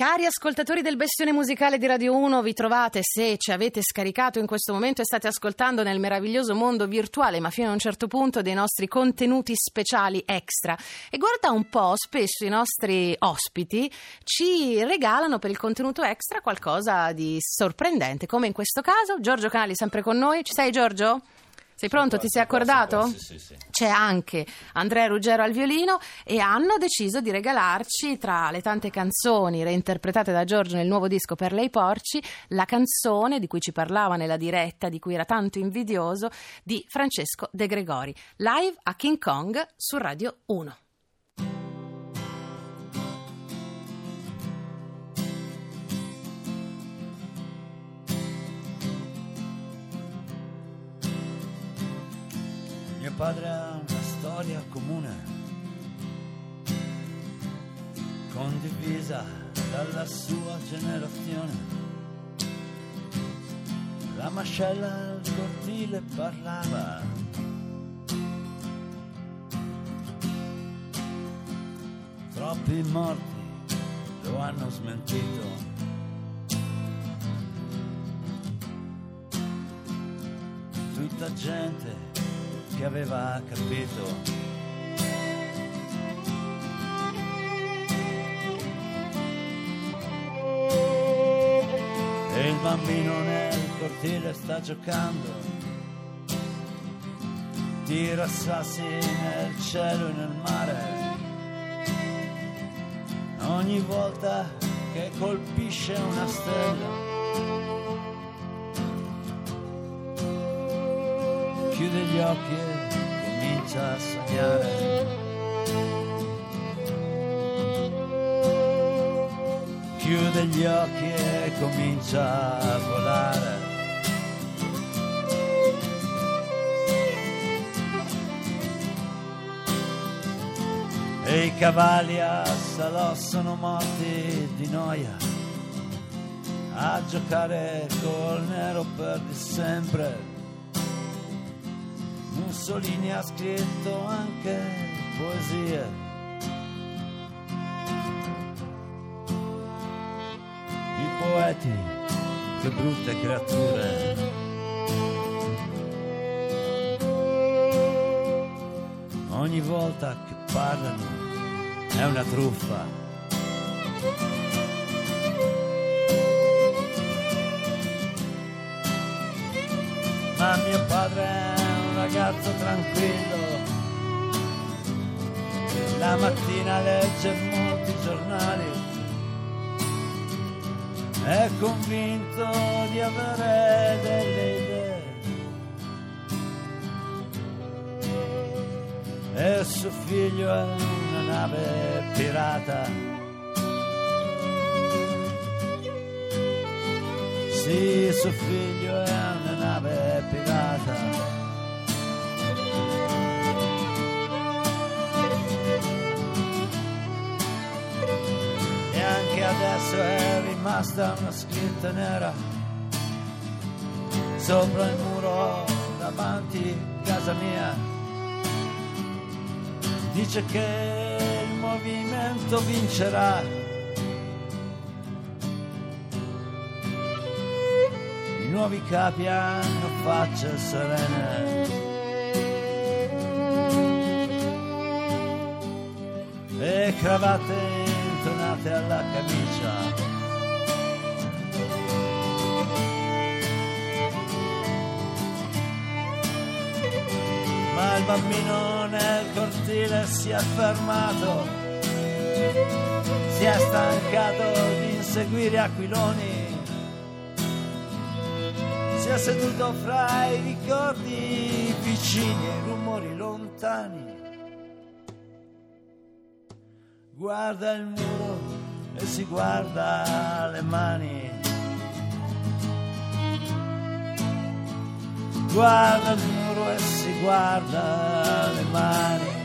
Cari ascoltatori del Bestione Musicale di Radio 1, vi trovate, se ci avete scaricato in questo momento e state ascoltando nel meraviglioso mondo virtuale, ma fino a un certo punto, dei nostri contenuti speciali extra. E guarda un po', spesso i nostri ospiti ci regalano per il contenuto extra qualcosa di sorprendente, come in questo caso. Giorgio Canali sempre con noi. Ci sei, Giorgio? Sei pronto? Ti sei accordato? Sì. C'è anche Andrea Ruggero al violino e hanno deciso di regalarci, tra le tante canzoni reinterpretate da Giorgio nel nuovo disco Per lei porci, la canzone di cui ci parlava nella diretta, di cui era tanto invidioso, di Francesco De Gregori, live a King Kong su Radio 1. Mio padre ha una storia comune, condivisa dalla sua generazione. La mascella al cortile parlava, troppi morti lo hanno smentito. Tutta gente che aveva capito. E il bambino nel cortile sta giocando, tira sassi nel cielo e nel mare. Ogni volta che colpisce una stella chiude gli occhi e comincia a sognare. Chiude gli occhi e comincia a volare. E i cavalli a Salò sono morti di noia a giocare col nero per di sempre. Mussolini ha scritto anche poesie. I poeti, che brutte creature. Ogni volta che parlano è una truffa. Ma mio padre è un ragazzo tranquillo, la mattina legge molti giornali, è convinto di avere delle idee e suo figlio è una nave pirata. Sì, suo figlio è una nave pirata. Adesso è rimasta una scritta nera sopra il muro davanti casa mia. Dice che il movimento vincerà. I nuovi capi hanno facce serene e cravatte intonate alla camicia. Ma il bambino nel cortile si è fermato, si è stancato di inseguire aquiloni, si è seduto fra i ricordi vicini e i rumori lontani. Guarda il muro e si guarda le mani. Guarda il muro e si guarda le mani.